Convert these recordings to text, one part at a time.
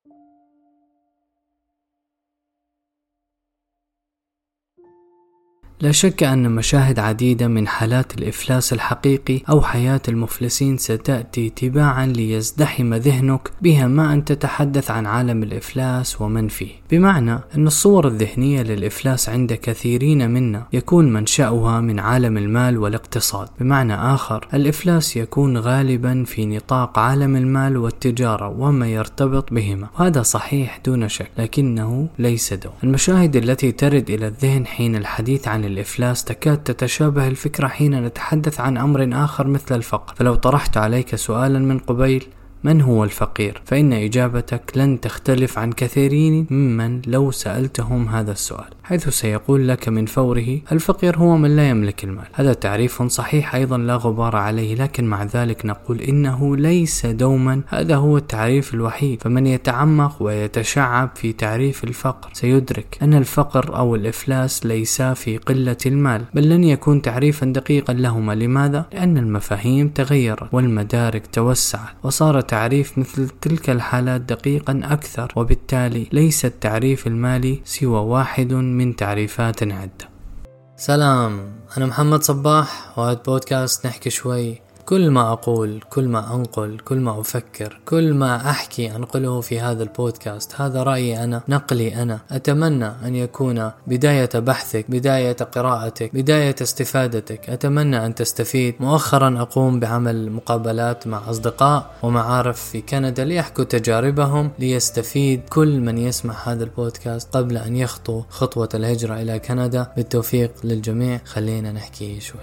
لا شك أن مشاهد عديدة من حالات الإفلاس الحقيقي أو حياة المفلسين ستأتي تباعا ليزدحم ذهنك بها ما أن تتحدث عن عالم الإفلاس ومن فيه، بمعنى أن الصور الذهنية للإفلاس عند كثيرين منا يكون منشأها من عالم المال والاقتصاد. بمعنى آخر، الإفلاس يكون غالبا في نطاق عالم المال والتجارة وما يرتبط بهما، وهذا صحيح دون شك، لكنه ليس دوم. المشاهد التي ترد إلى الذهن حين الحديث عن الإفلاس تكاد تتشابه الفكرة حين نتحدث عن أمر آخر مثل الفقر. فلو طرحت عليك سؤالا من قبيل: من هو الفقير؟ فإن إجابتك لن تختلف عن كثيرين ممن لو سألتهم هذا السؤال، حيث سيقول لك من فوره: الفقير هو من لا يملك المال. هذا تعريف صحيح أيضا لا غبار عليه، لكن مع ذلك نقول إنه ليس دوما هذا هو التعريف الوحيد. فمن يتعمق ويتشعب في تعريف الفقر سيدرك أن الفقر أو الإفلاس ليس في قلة المال، بل لن يكون تعريفا دقيقا لهما. لماذا؟ لأن المفاهيم تغيرت والمدارك توسعت وصار تعريف مثل تلك الحالات دقيقا أكثر، وبالتالي ليس التعريف المالي سوى واحد من تعريفات عدة. سلام، أنا محمد صباح، وهذا بودكاست نحكي شوي. كل ما أقول، كل ما أنقل، كل ما أفكر، كل ما أحكي أنقله في هذا البودكاست. هذا رأيي أنا، نقلي أنا. أتمنى أن يكون بداية بحثك، بداية قراءتك، بداية استفادتك. أتمنى أن تستفيد. مؤخرا أقوم بعمل مقابلات مع أصدقاء ومعارف في كندا ليحكوا تجاربهم، ليستفيد كل من يسمع هذا البودكاست قبل أن يخطو خطوة الهجرة إلى كندا. بالتوفيق للجميع. خلينا نحكي شوي.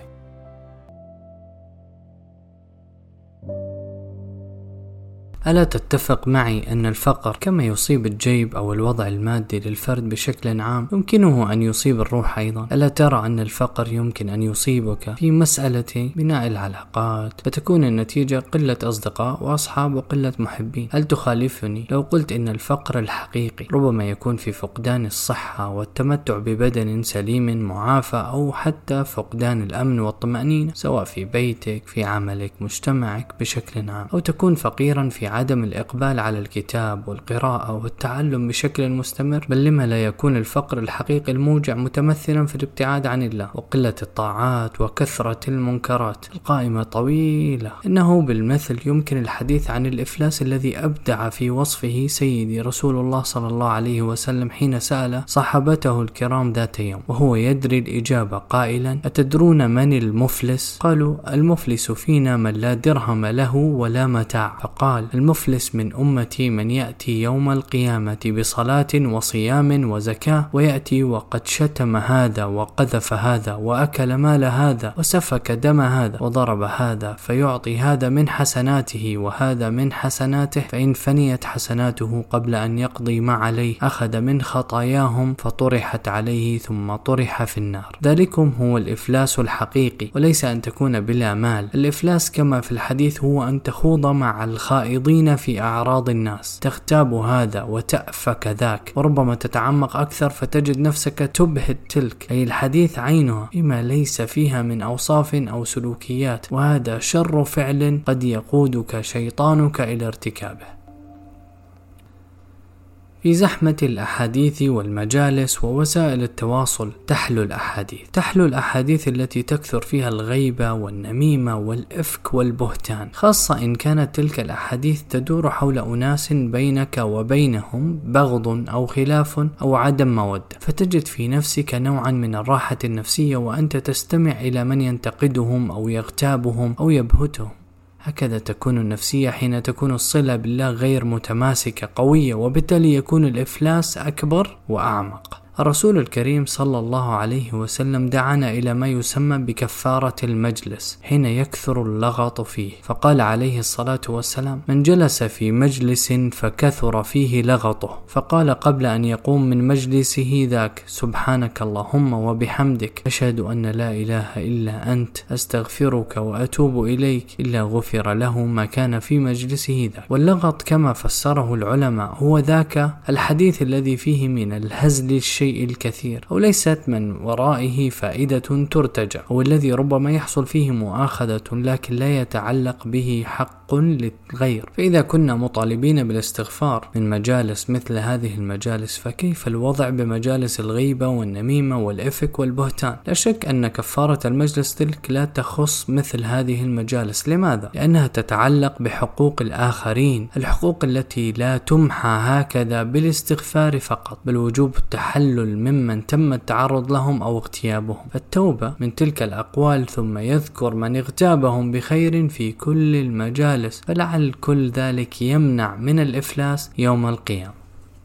ألا تتفق معي أن الفقر كما يصيب الجيب أو الوضع المادي للفرد بشكل عام يمكنه أن يصيب الروح أيضا؟ ألا ترى أن الفقر يمكن أن يصيبك في مسألة بناء العلاقات، فتكون النتيجة قلة أصدقاء وأصحاب وقلة محبين؟ هل تخالفني لو قلت أن الفقر الحقيقي ربما يكون في فقدان الصحة والتمتع ببدن سليم معافى، أو حتى فقدان الأمن والطمأنينة سواء في بيتك، في عملك، مجتمعك بشكل عام، أو تكون فقيرا في عدم الإقبال على الكتاب والقراءة والتعلم بشكل مستمر؟ بل لما لا يكون الفقر الحقيقي الموجع متمثلا في الابتعاد عن الله وقلة الطاعات وكثرة المنكرات؟ القائمة طويلة. إنه بالمثل يمكن الحديث عن الإفلاس الذي أبدع في وصفه سيدي رسول الله صلى الله عليه وسلم حين سأل صحابته الكرام ذات يوم وهو يدري الإجابة قائلا: أتدرون من المفلس؟ قالوا: المفلس فينا من لا درهم له ولا متاع. فقال: المفلس من أمتي من يأتي يوم القيامة بصلاة وصيام وزكاة، ويأتي وقد شتم هذا وقذف هذا وأكل مال هذا وسفك دم هذا وضرب هذا، فيعطي هذا من حسناته وهذا من حسناته، فإن فنيت حسناته قبل أن يقضي ما عليه أخذ من خطاياهم فطرحت عليه ثم طرح في النار. ذلكم هو الإفلاس الحقيقي، وليس أن تكون بلا مال. الإفلاس كما في الحديث هو أن تخوض مع الخائضين في أعراض الناس، تغتاب هذا وتأفك ذاك، وربما تتعمق أكثر فتجد نفسك تبهد تلك، أي الحديث عينها، بما ليس فيها من أوصاف أو سلوكيات، وهذا شر فعل قد يقودك شيطانك إلى ارتكابه. في زحمة الأحاديث والمجالس ووسائل التواصل تحلو الأحاديث التي تكثر فيها الغيبة والنميمة والإفك والبهتان، خاصة إن كانت تلك الأحاديث تدور حول أناس بينك وبينهم بغض أو خلاف أو عدم مودة، فتجد في نفسك نوعا من الراحة النفسية وأنت تستمع إلى من ينتقدهم أو يغتابهم أو يبهتهم. هكذا تكون النفسية حين تكون الصلة بالله غير متماسكة قوية، وبالتالي يكون الإفلاس أكبر وأعمق. الرسول الكريم صلى الله عليه وسلم دعانا إلى ما يسمى بكفارة المجلس حين يكثر اللغط فيه، فقال عليه الصلاة والسلام: من جلس في مجلس فكثر فيه لغطه، فقال قبل أن يقوم من مجلسه ذاك: سبحانك اللهم وبحمدك أشهد أن لا إله إلا أنت أستغفرك وأتوب إليك، إلا غفر له ما كان في مجلسه ذاك. واللغط كما فسره العلماء هو ذاك الحديث الذي فيه من الهزل الشيء الكثير، أو ليست من ورائه فائدة ترتجى، أو الذي ربما يحصل فيه مؤاخذة لكن لا يتعلق به حق حق للغير. فإذا كنا مطالبين بالاستغفار من مجالس مثل هذه المجالس، فكيف الوضع بمجالس الغيبة والنميمة والإفك والبهتان؟ لا شك أن كفارة المجلس تلك لا تخص مثل هذه المجالس. لماذا؟ لأنها تتعلق بحقوق الآخرين، الحقوق التي لا تمحى هكذا بالاستغفار فقط، بل وجوب التحلل ممن تم التعرض لهم أو اغتيابهم. فالتوبة من تلك الأقوال، ثم يذكر من اغتابهم بخير في كل المجالس، فلعل كل ذلك يمنع من الإفلاس يوم القيامة.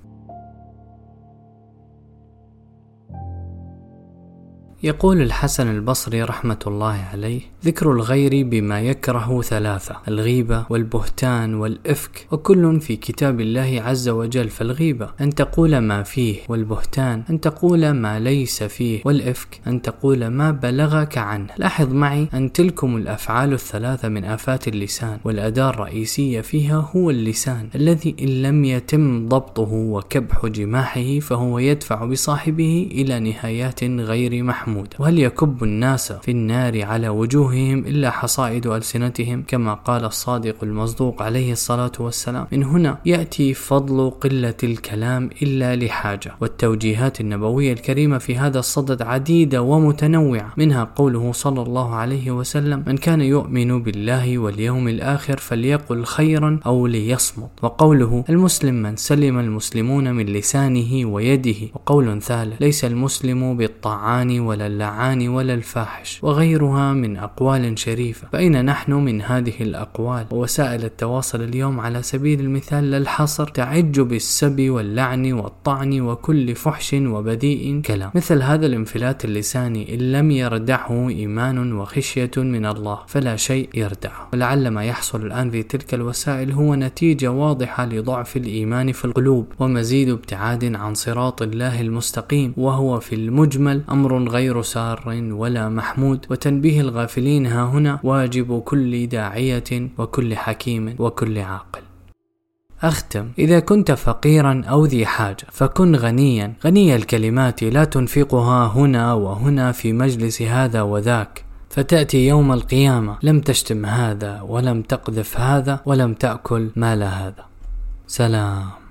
يقول الحسن البصري رحمة الله عليه: ذكر الغير بما يكره ثلاثة: الغيبة والبهتان والإفك، وكل في كتاب الله عز وجل. فالغيبة أن تقول ما فيه، والبهتان أن تقول ما ليس فيه، والإفك أن تقول ما بلغك عنه. لاحظ معي أن تلكم الأفعال الثلاثة من آفات اللسان، والأداة الرئيسية فيها هو اللسان، الذي إن لم يتم ضبطه وكبح جماحه فهو يدفع بصاحبه إلى نهايات غير محمودة. وهل يكب الناس في النار على وجوههم إلا حصائد ألسنتهم، كما قال الصادق المصدوق عليه الصلاة والسلام. من هنا يأتي فضل قلة الكلام إلا لحاجة. والتوجيهات النبوية الكريمة في هذا الصدد عديدة ومتنوعة، منها قوله صلى الله عليه وسلم: من كان يؤمن بالله واليوم الآخر فليقل خيرا أو ليصمت. وقوله: المسلم من سلم المسلمون من لسانه ويده. وقول ثالث: ليس المسلم بالطعان ولا اللعان ولا الفاحش، وغيرها من أقوال شريفة. فأين نحن من هذه الأقوال؟ ووسائل التواصل اليوم على سبيل المثال للحصر تعج بالسب واللعن والطعن وكل فحش وبذيء كلام. مثل هذا الانفلات اللساني إن لم يردعه إيمان وخشية من الله فلا شيء يردعه. ولعل ما يحصل الآن في تلك الوسائل هو نتيجة واضحة لضعف الإيمان في القلوب، ومزيد ابتعاد عن صراط الله المستقيم، وهو في المجمل أمر غير سار ولا محمود. وتنبيه الغافلين ها هنا واجب كل داعية وكل حكيم وكل عاقل. أختم: إذا كنت فقيرا أو ذي حاجة فكن غنيا، غني الكلمات لا تنفقها هنا وهنا في مجلس هذا وذاك، فتأتي يوم القيامة لم تشتم هذا ولم تقذف هذا ولم تأكل مال هذا. سلام.